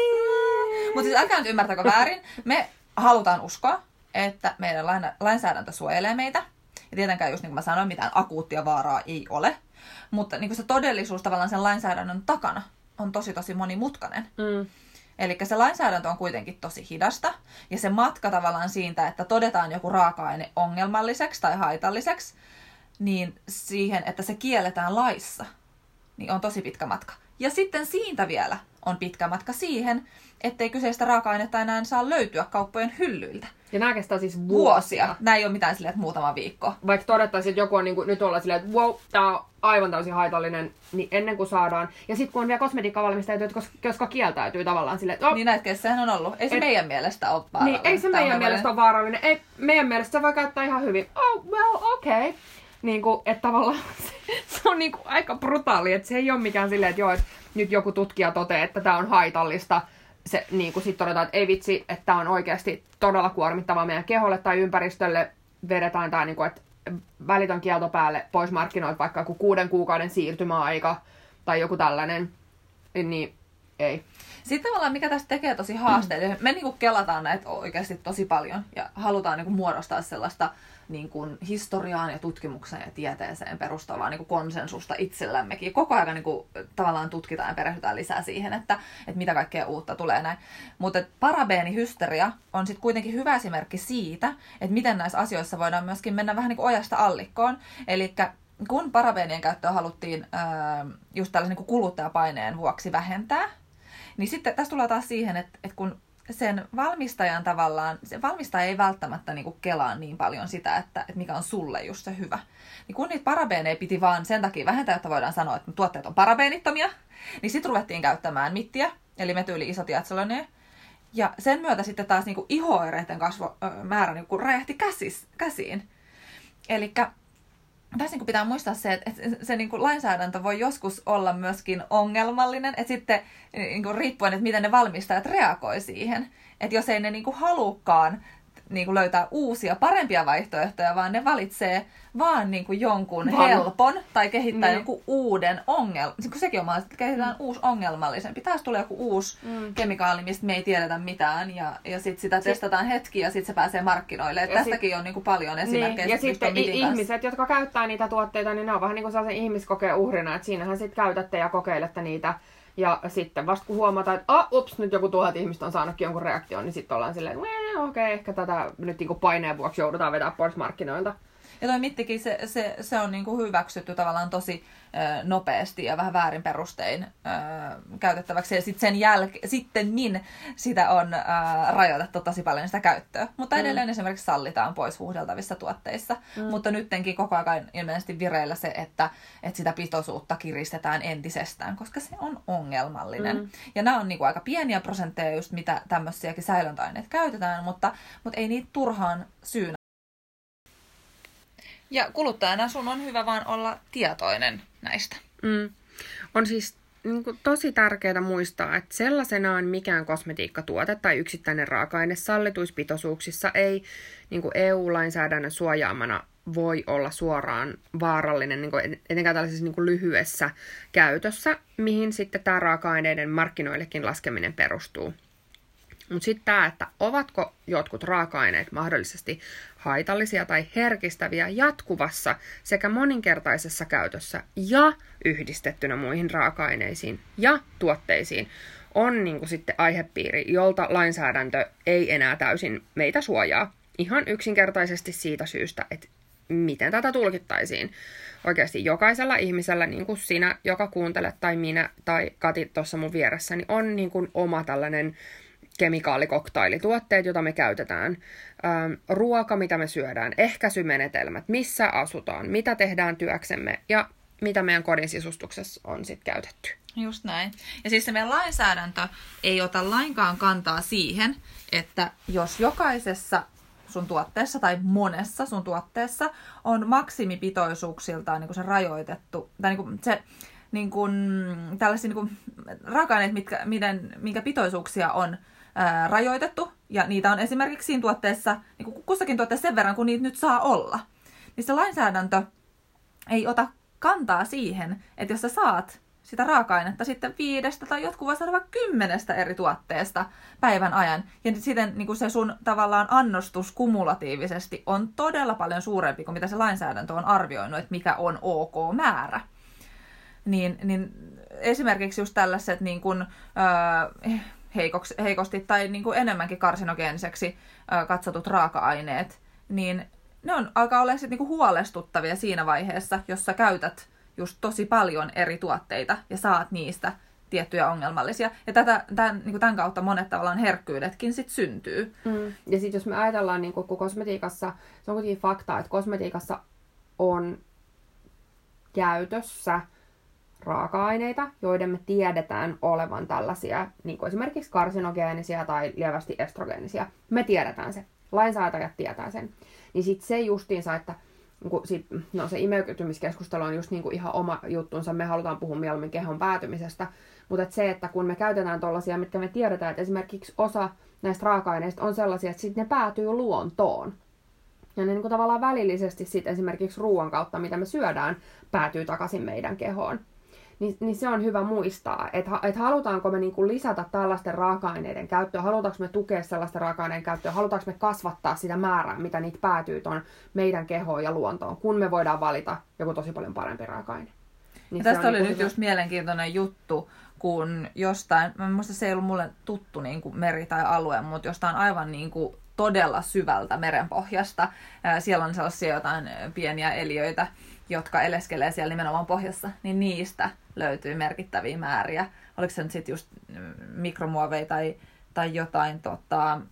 ei! Mutta siis älkää nyt ymmärtäkö väärin. Me halutaan uskoa, että meidän lainsäädäntö suojelee meitä. Ja tietenkään just niin kuin mä sanoin, mitään akuuttia vaaraa ei ole. Mutta niin kuin se todellisuus tavallaan sen lainsäädännön takana on tosi tosi monimutkainen. Mm. Eli se lainsäädäntö on kuitenkin tosi hidasta, ja se matka tavallaan siitä, että todetaan joku raaka-aine ongelmalliseksi tai haitalliseksi, niin siihen, että se kielletään laissa, niin on tosi pitkä matka. Ja sitten siitä vielä on pitkä matka siihen, ettei kyseistä raaka-ainetta enää saa löytyä kauppojen hyllyiltä. Ja nämä kestää siis vuosia. vuosia. Nämä ei ole mitään silleen, että muutama viikko. Vaikka todettaisiin, että joku on niin kuin, nyt olla silleen, että wow, tämä on aivan täysin haitallinen, niin ennen kuin saadaan. Ja sitten kun on vielä kosmetiikkavalmistajia, jotka kieltäytyy tavallaan silleen, että... Oh, niin näitä sehän on ollut. Ei se et, meidän mielestä ole vaarallinen. Niin, ei se meidän mielestä ole vaarallinen. Ei, meidän mielestä se voi käyttää ihan hyvin. Oh, well, okei. Okay. Niin kuin, että tavallaan se, se on niin kuin aika brutaali, että se ei ole mikään silleen, että joo, että nyt joku tutkija toteaa, että tämä on haitallista. Se niin kuin sitten todetaan, että ei vitsi, että tämä on oikeasti todella kuormittavaa meidän keholle tai ympäristölle. Vedetään tämä, niin kuin, että välitön kielto päälle pois markkinoilta, vaikka joku kuuden kuukauden siirtymäaika tai joku tällainen, niin ei. Sitten tavallaan mikä tästä tekee tosi haasteellinen, me niin kuin kelataan näitä oikeasti tosi paljon ja halutaan niin kuin muodostaa sellaista niin kuin historiaan ja tutkimukseen ja tieteeseen perustavaa niin kuin konsensusta itsellämmekin. Koko ajan niin kuin, tavallaan tutkitaan ja perehdytään lisää siihen, että, että mitä kaikkea uutta tulee näin. Mutta parabeenihysteria on sitten kuitenkin hyvä esimerkki siitä, että miten näissä asioissa voidaan myöskin mennä vähän niin kuin ojasta allikkoon. Eli kun parabeenien käyttöä haluttiin ää, just tällaisen niin kuin kuluttajapaineen vuoksi vähentää, niin sitten tässä tulee taas siihen, että, että kun sen valmistajan tavallaan, se valmistaja ei välttämättä niinku kelaa niin paljon sitä, että, että mikä on sulle just se hyvä. Niin kun niitä parabeeneja piti vaan sen takia vähentää, että voidaan sanoa, että tuotteet on parabeenittomia, niin sitten ruvettiin käyttämään mittiä, eli metyyli-isotiatsoloneja. Ja sen myötä sitten taas niinku iho-oireiden kasvumäärä niinku räjähti käsis, käsiin. Elikkä tässä niin pitää muistaa se, että se, se niin kuin lainsäädäntö voi joskus olla myöskin ongelmallinen, että sitten niin kuin riippuen, että miten ne valmistajat reagoi siihen. Että jos ei ne niin kuin halukkaan niin kuin löytää uusia, parempia vaihtoehtoja, vaan ne valitsee vaan niin kuin jonkun Van. helpon tai kehittää niin. jonkun uuden ongelman. Sekin on mahdollista, että kehitetään mm. uusi ongelmallisempi. Taas tulee joku uusi mm. kemikaali, mistä me ei tiedetä mitään ja, ja sitten sitä sit... testataan hetki ja sitten se pääsee markkinoille. Et tästäkin sit... on niin kuin paljon esimerkkejä. Niin. Ja sitten ihmiset, jotka käyttää niitä tuotteita, niin ne on vähän niin kuin sellaisen ihmiskokeen uhrina, että siinähän sitten käytätte ja kokeilette niitä. Ja sitten vasta kun huomataan, että oh, ups, nyt joku tuhat ihmistä on saanutkin jonkun reaktion, niin sitten ollaan silleen, että okei, okay, ehkä tätä nyt niin kuin paineen vuoksi joudutaan vetää pois markkinoilta. Ja toi mittikin, se, se, se on niinku hyväksytty tavallaan tosi ö, nopeasti ja vähän väärin perustein ö, käytettäväksi. Ja sit sen jälke- sitten min sitä on ö, rajoitettu tosi paljon sitä käyttöä. Mutta edelleen mm. esimerkiksi sallitaan pois huuhdeltavissa tuotteissa. Mm. Mutta nyttenkin koko ajan ilmeisesti vireillä se, että, että sitä pitoisuutta kiristetään entisestään, koska se on ongelmallinen. Mm. Ja nämä on niinku aika pieniä prosentteja just mitä tämmöisiäkin säilöntäaineet käytetään, mutta, mutta ei niitä turhaan syynä. Ja kuluttajana sun on hyvä vaan olla tietoinen näistä. Mm. On siis niin kuin, tosi tärkeää muistaa, että sellaisenaan mikään kosmetiikkatuote tai yksittäinen raaka-aine sallituissa pitoisuuksissa ei niin kuin E U-lainsäädännön suojaamana voi olla suoraan vaarallinen, niin kuin etenkään tällaisessa niin kuin lyhyessä käytössä, mihin sitten tämä raaka-aineiden markkinoillekin laskeminen perustuu. Mutta sitten tämä, että ovatko jotkut raaka-aineet mahdollisesti haitallisia tai herkistäviä jatkuvassa sekä moninkertaisessa käytössä ja yhdistettynä muihin raaka-aineisiin ja tuotteisiin, on niinku sitten aihepiiri, jolta lainsäädäntö ei enää täysin meitä suojaa. Ihan yksinkertaisesti siitä syystä, että miten tätä tulkittaisiin. Oikeasti jokaisella ihmisellä, niin kuin sinä, joka kuuntelet, tai minä, tai Kati tuossa mun vieressäni, on niin kuin oma tällainen kemikaalikoktailituotteet, joita me käytetään, ähm, ruoka, mitä me syödään, ehkäisymenetelmät, missä asutaan, mitä tehdään työksemme ja mitä meidän kodin sisustuksessa on sitten käytetty. Just näin. Ja siis se meidän lainsäädäntö ei ota lainkaan kantaa siihen, että jos jokaisessa sun tuotteessa tai monessa sun tuotteessa on maksimipitoisuuksiltaan niin kuin se rajoitettu, tai niin kuin se niin kuin, tällaisia niin kuin raaka-aineet, mitkä, miten, minkä pitoisuuksia on ää, rajoitettu, ja niitä on esimerkiksi siinä tuotteessa, niin kuin kussakin tuotteessa sen verran, kun niitä nyt saa olla. Niin se lainsäädäntö ei ota kantaa siihen, että jos sä saat sitä raaka-ainetta sitten viidestä tai jotkut voi saada vaikka kymmenestä eri tuotteesta päivän ajan. Ja siten niin kuin se sun tavallaan annostus kumulatiivisesti on todella paljon suurempi kuin mitä se lainsäädäntö on arvioinut, että mikä on ok määrä. Niin, niin esimerkiksi just tällaiset niin kuin, ö, heikoksi, heikosti tai niin kuin enemmänkin karsinogeeniseksi ö, katsotut raaka-aineet, niin ne on, alkaa olla sit niin kuin huolestuttavia siinä vaiheessa, jos sä käytät just tosi paljon eri tuotteita ja saat niistä tiettyjä ongelmallisia. Ja tätä, tämän, niin kuin tämän kautta monet tavallaan herkkyydetkin sit syntyy. Mm. Ja sitten jos me ajatellaan, niin kun kosmetiikassa, se on kuitenkin fakta, että kosmetiikassa on käytössä raaka-aineita, joiden me tiedetään olevan tällaisia, niin kuin esimerkiksi karsinogeenisia tai lievästi estrogeenisia. Me tiedetään se. Lainsäätäjät tietää sen. Niin sitten se justiinsa, että sit, no se imeytymiskeskustelu on just niinku ihan oma juttunsa. Me halutaan puhua mieluummin kehon päätymisestä. Mutta et se, että kun me käytetään tollaisia, mitkä me tiedetään, että esimerkiksi osa näistä raaka-aineista on sellaisia, että sitten ne päätyy luontoon. Ja ne niinku tavallaan välillisesti sit esimerkiksi ruoan kautta, mitä me syödään, päätyy takaisin meidän kehoon. Niin, niin se on hyvä muistaa, että et halutaanko me niinku lisätä tällaisten raaka-aineiden käyttöä, halutaanko me tukea sellaisten raaka-aineiden käyttöä, halutaanko me kasvattaa sitä määrää, mitä niitä päätyy ton meidän kehoon ja luontoon, kun me voidaan valita joku tosi paljon parempi raaka-aine. Niin tästä oli niinku nyt hyvä. Just mielenkiintoinen juttu, kun jostain, mä muista se ei ollut mulle tuttu niin kuin meri tai alue, mutta jostain aivan niin kuin todella syvältä merenpohjasta. Siellä on sellaisia jotain pieniä eliöitä, jotka eleskelee siellä nimenomaan pohjassa, niin niistä löytyy merkittäviä määriä. Oliko se nyt sitten just mikromuoveja tai, tai jotain, tota,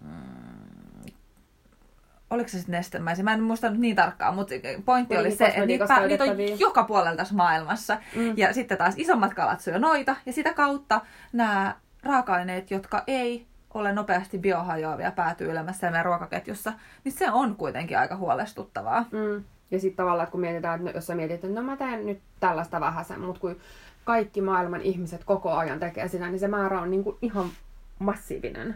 mm, oliko se sitten nestemäisiä? Mä en muista nyt niin tarkkaan, mutta pointti Kuitenkin oli se, että niitä, niitä on joka puolella tässä maailmassa. Mm. Ja sitten taas isommat kalat syö noita, ja sitä kautta nämä raaka-aineet, jotka ei ole nopeasti biohajoavia, päätyy ylemmässä meidän ruokaketjussa, niin se on kuitenkin aika huolestuttavaa. Mm. Ja sitten tavallaan, että kun mietitään, että jos sä mietit, että no mä teen nyt tällaista vähäsen, mutta kun kaikki maailman ihmiset koko ajan tekee sitä, niin se määrä on niin kuin ihan massiivinen.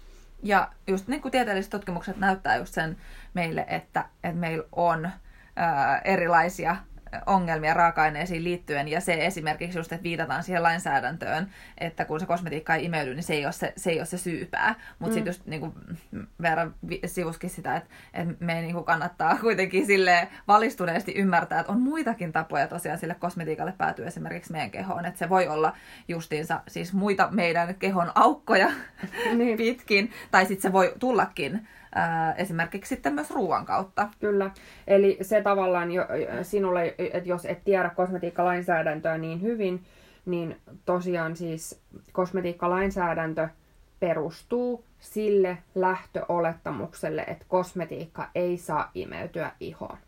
Ja just niin kuin tieteelliset tutkimukset näyttää just sen meille, että, että meillä on ää, erilaisia ongelmia raaka-aineisiin liittyen, ja se esimerkiksi just, että viitataan siihen lainsäädäntöön, että kun se kosmetiikka ei imeydy, niin se ei ole se, se, ei ole se syypää. Mutta mm. sitten just niin kuin Veera sivuskin sitä, että, että me niin kuin kannattaa kuitenkin sille valistuneesti ymmärtää, että on muitakin tapoja tosiaan sille kosmetiikalle päätyä esimerkiksi meidän kehoon. Että se voi olla justiinsa siis muita meidän kehon aukkoja niin. pitkin, tai sitten se voi tullakin ää, esimerkiksi sitten myös ruoan kautta. Kyllä. Eli se tavallaan jo, sinulle, että jos et tiedä kosmetiikkalainsäädäntöä niin hyvin, niin tosiaan siis kosmetiikkalainsäädäntö perustuu sille lähtöolettamukselle, että kosmetiikka ei saa imeytyä ihoon.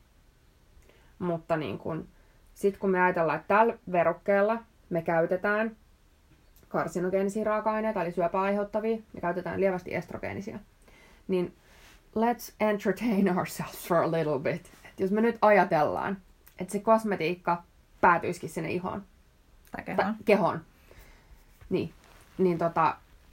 Mutta niin kun, sit kun me ajatellaan, että tällä verukkeella me käytetään karsinogeenisia raaka-aineita, eli syöpää aiheuttavia, me käytetään lievästi estrogeenisia, niin let's entertain ourselves for a little bit. Et jos me nyt ajatellaan, että se kosmetiikka päätyisikin sinne ihoon. Tai kehoon. Ta- kehoon. Niin. Niin tota...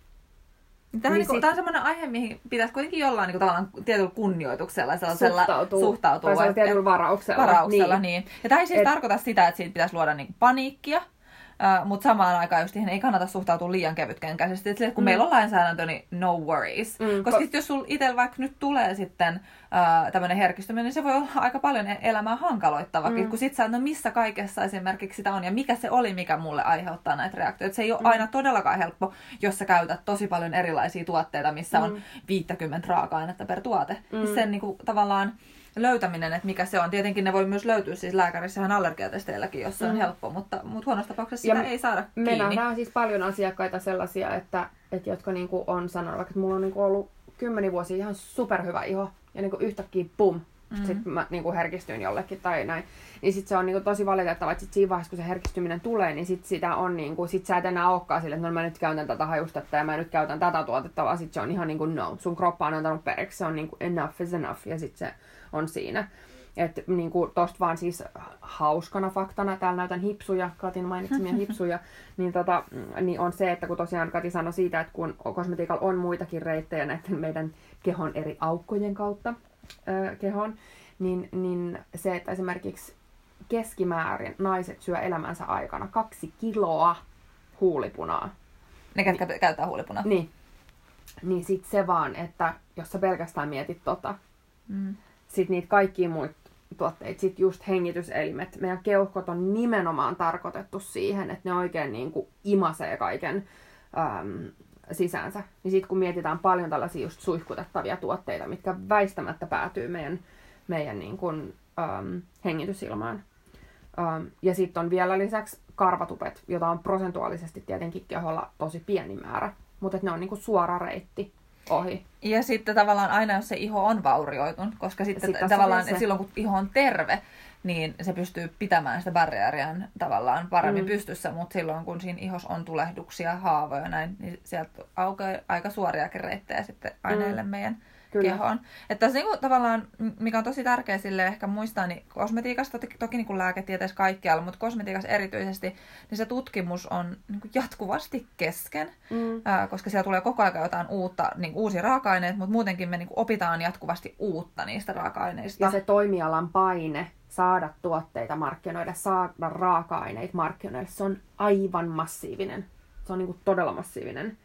Tämä on, niin niin sit... tämä on semmoinen aihe, mihin pitäisi kuitenkin jollain niin tavallaan tietyllä kunnioituksella ja suhtautuu. suhtautua. Tai tietyllä varauksella. Varauksella, niin. niin. Ja tämä ei siis Et... tarkoita sitä, että siitä pitäisi luoda niin paniikkia. Uh, mutta samaan aikaan just ei kannata suhtautua liian kevytkenkäisesti. Että kun mm. meillä on lainsäädäntö, niin no worries. Mm, Koska ko- jos sulla itsellä vaikka nyt tulee sitten uh, tämmöinen herkistyminen, niin se voi olla aika paljon elämää hankaloittavakin. Mm. Kun sit sä, no missä kaikessa esimerkiksi sitä on ja mikä se oli, mikä mulle aiheuttaa näitä reaktioita. Se ei ole mm. aina todellakaan helppo, jos sä käytät tosi paljon erilaisia tuotteita, missä mm. on viisikymmentä raaka-ainetta per tuote. Mm. Sen niin kuin, tavallaan löytäminen, että mikä se on. Tietenkin ne voi myös löytyä siis lääkärissä ihan allergiatesteilläkin, jos se on mm. helppo, mutta, mutta huonossa tapauksessa sitä ja ei saada kiinni. Me nähdään siis paljon asiakkaita sellaisia, että, että jotka niinku on sanonut, vaikka että mulla on niinku ollut kymmenen vuosia ihan superhyvä iho, ja niinku yhtäkkiä pum, mm. sitten mä niinku herkistyin jollekin tai näin. Niin sit se on niinku tosi valitettavaa, että sit siinä vaiheessa, kun se herkistyminen tulee, niin sit sitä on niinku, sit sä et enää olekaan sille, että no mä nyt käytän tätä hajustetta ja mä nyt käytän tätä tuotetta, vaan sit se on ihan niinku no, sun kroppa on antanut periksi, se on niinku enough is enough, ja sit se on siinä. Että niinku tosta vaan siis hauskana faktana, täällä näytän hipsuja, Katin mainitsemia hipsuja, niin, tota, niin on se, että kun tosiaan Kati sanoi siitä, että kun kosmetiikalla on muitakin reittejä näiden meidän kehon eri aukkojen kautta äh, kehon, niin, niin se, että esimerkiksi keskimäärin naiset syö elämänsä aikana kaksi kiloa huulipunaa. Ne, ketkä niin, käyttää huulipunaa. Niin. Niin sit se vaan, että jos sä pelkästään mietit tota, mm. sit niitä kaikkia muita tuotteita, sit just hengityselimet. Meidän keuhkot on nimenomaan tarkoitettu siihen, että ne oikein niin kuin imasee kaiken äm, sisäänsä. Niin sit kun mietitään paljon tällaisia just suihkutettavia tuotteita, mitkä väistämättä päätyy meidän, meidän niin kuin, äm, hengitysilmaan. Ähm, ja sitten on vielä lisäksi karvatupet, jota on prosentuaalisesti tietenkin keholla tosi pieni määrä. Mutta ne on niinku suora reitti ohi. Ja sitten tavallaan aina, jos se iho on vaurioitunut, koska sitten sitten tavallaan se... silloin, kun iho on terve, niin se pystyy pitämään sitä barriäriään tavallaan paremmin mm. pystyssä, mutta silloin, kun siinä ihossa on tulehduksia, haavoja näin, niin sieltä aukeaa aika suoriakin reittejä sitten aineille mm. meidän Kyllä. kehoon. Että tässä niin tavallaan, mikä on tosi tärkeä sille ehkä muistaa, niin kosmetiikassa, toki, toki niin kuin lääketieteessä kaikkialla, mutta kosmetiikassa erityisesti, niin se tutkimus on niin kuin jatkuvasti kesken, mm. ää, koska siellä tulee koko ajan jotain uutta, niin kuin uusia raaka-aineita, mutta muutenkin me niin kuin opitaan jatkuvasti uutta niistä raaka-aineista. Ja se toimialan paine saada tuotteita markkinoida, saada raaka-aineita markkinoida, se on aivan massiivinen. Se on niin kuin todella massiivinen.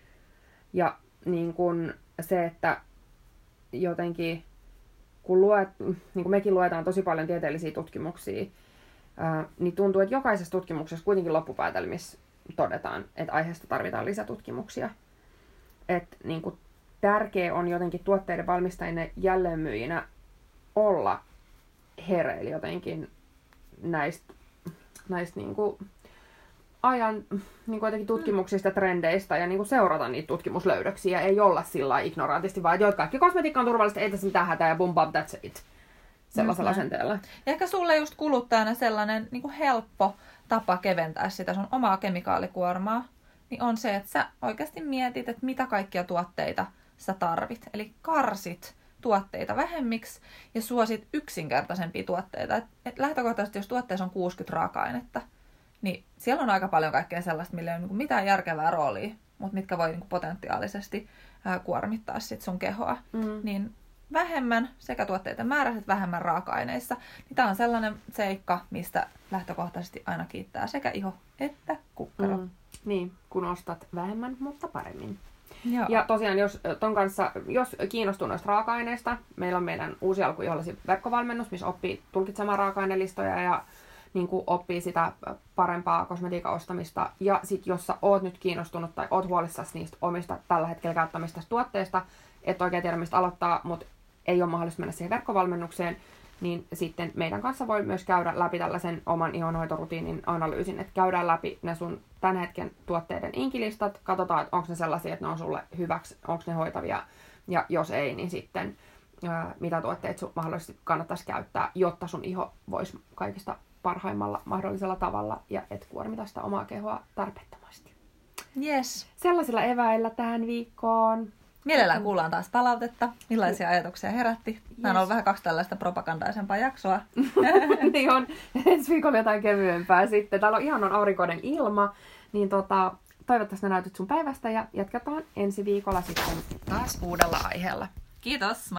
Ja niin kuin se, että jotenkin, kun luet, niin kuin mekin luetaan tosi paljon tieteellisiä tutkimuksia, ää, niin tuntuu, että jokaisessa tutkimuksessa kuitenkin loppupäätelmissä todetaan, että aiheesta tarvitaan lisätutkimuksia. Että niin kuin tärkeä on jotenkin tuotteiden valmistajina jälleenmyyjinä olla hereillä jotenkin näistä, näistä niin kuin ajan niin kuin jotenkin tutkimuksista, trendeistä ja niin kuin seurata niitä tutkimuslöydöksiä. Ei olla sillä ignorantisti, vaan että kaikki kosmetiikka on turvallista, ei tässä mitään hätää ja bum bam, that's it. Sellaisella asenteella. Ja ehkä sulle just kuluttajana sellainen niin kuin helppo tapa keventää sitä sun omaa kemikaalikuormaa, niin on se, että sä oikeasti mietit, että mitä kaikkia tuotteita sä tarvit. Eli karsit tuotteita vähemmiksi ja suosit yksinkertaisempia tuotteita. Et, et lähtökohtaisesti, jos tuotteessa on kuusikymmentä raaka-ainetta, niin siellä on aika paljon kaikkea sellaista, millä ei ole mitään järkevää roolia, mutta mitkä voi niin potentiaalisesti ää, kuormittaa sit sun kehoa. Mm. Niin vähemmän sekä tuotteiden määrässä että vähemmän raaka-aineissa. Niin tämä on sellainen seikka, mistä lähtökohtaisesti aina kiittää sekä iho että kukkaro. Mm. Niin, kun ostat vähemmän, mutta paremmin. Joo. Ja tosiaan, jos, ton kanssa, jos kiinnostuu noista raaka-aineista, meillä on meidän uusi alku ihollesi verkkovalmennus, missä oppii tulkitsemaan raaka-ainelistoja ja niin kuin oppii sitä parempaa kosmetiikan ostamista. Ja sit jos sä oot nyt kiinnostunut tai oot huolissasi niistä omista tällä hetkellä käyttämistä tuotteista, et oikein tiedä mistä aloittaa, mutta ei ole mahdollista mennä siihen verkkovalmennukseen, niin sitten meidän kanssa voi myös käydä läpi tällaisen oman ihonhoitorutiinin analyysin, että käydään läpi ne sun tämän hetken tuotteiden inkilistat, katsotaan, että onko ne sellaisia, että ne on sulle hyväksi, onko ne hoitavia, ja jos ei, niin sitten ää, mitä tuotteet sun mahdollisesti kannattaisi käyttää, jotta sun iho voisi kaikista parhaimmalla mahdollisella tavalla, ja et kuormita sitä omaa kehoa tarpeettomasti. Yes. Sellaisilla eväillä tähän viikkoon. Mielellään kuullaan taas palautetta, millaisia ajatuksia herätti. Tämä on Yes. ollut vähän kaksi tällaista propagandaisempaa jaksoa. Niin on. Ensi viikolla jotain kevyempää sitten. Täällä on ihanan aurinkoinen ilma, niin tota, toivottavasti näytät sun päivästä ja jatketaan ensi viikolla sitten taas uudella aiheella. Kiitos!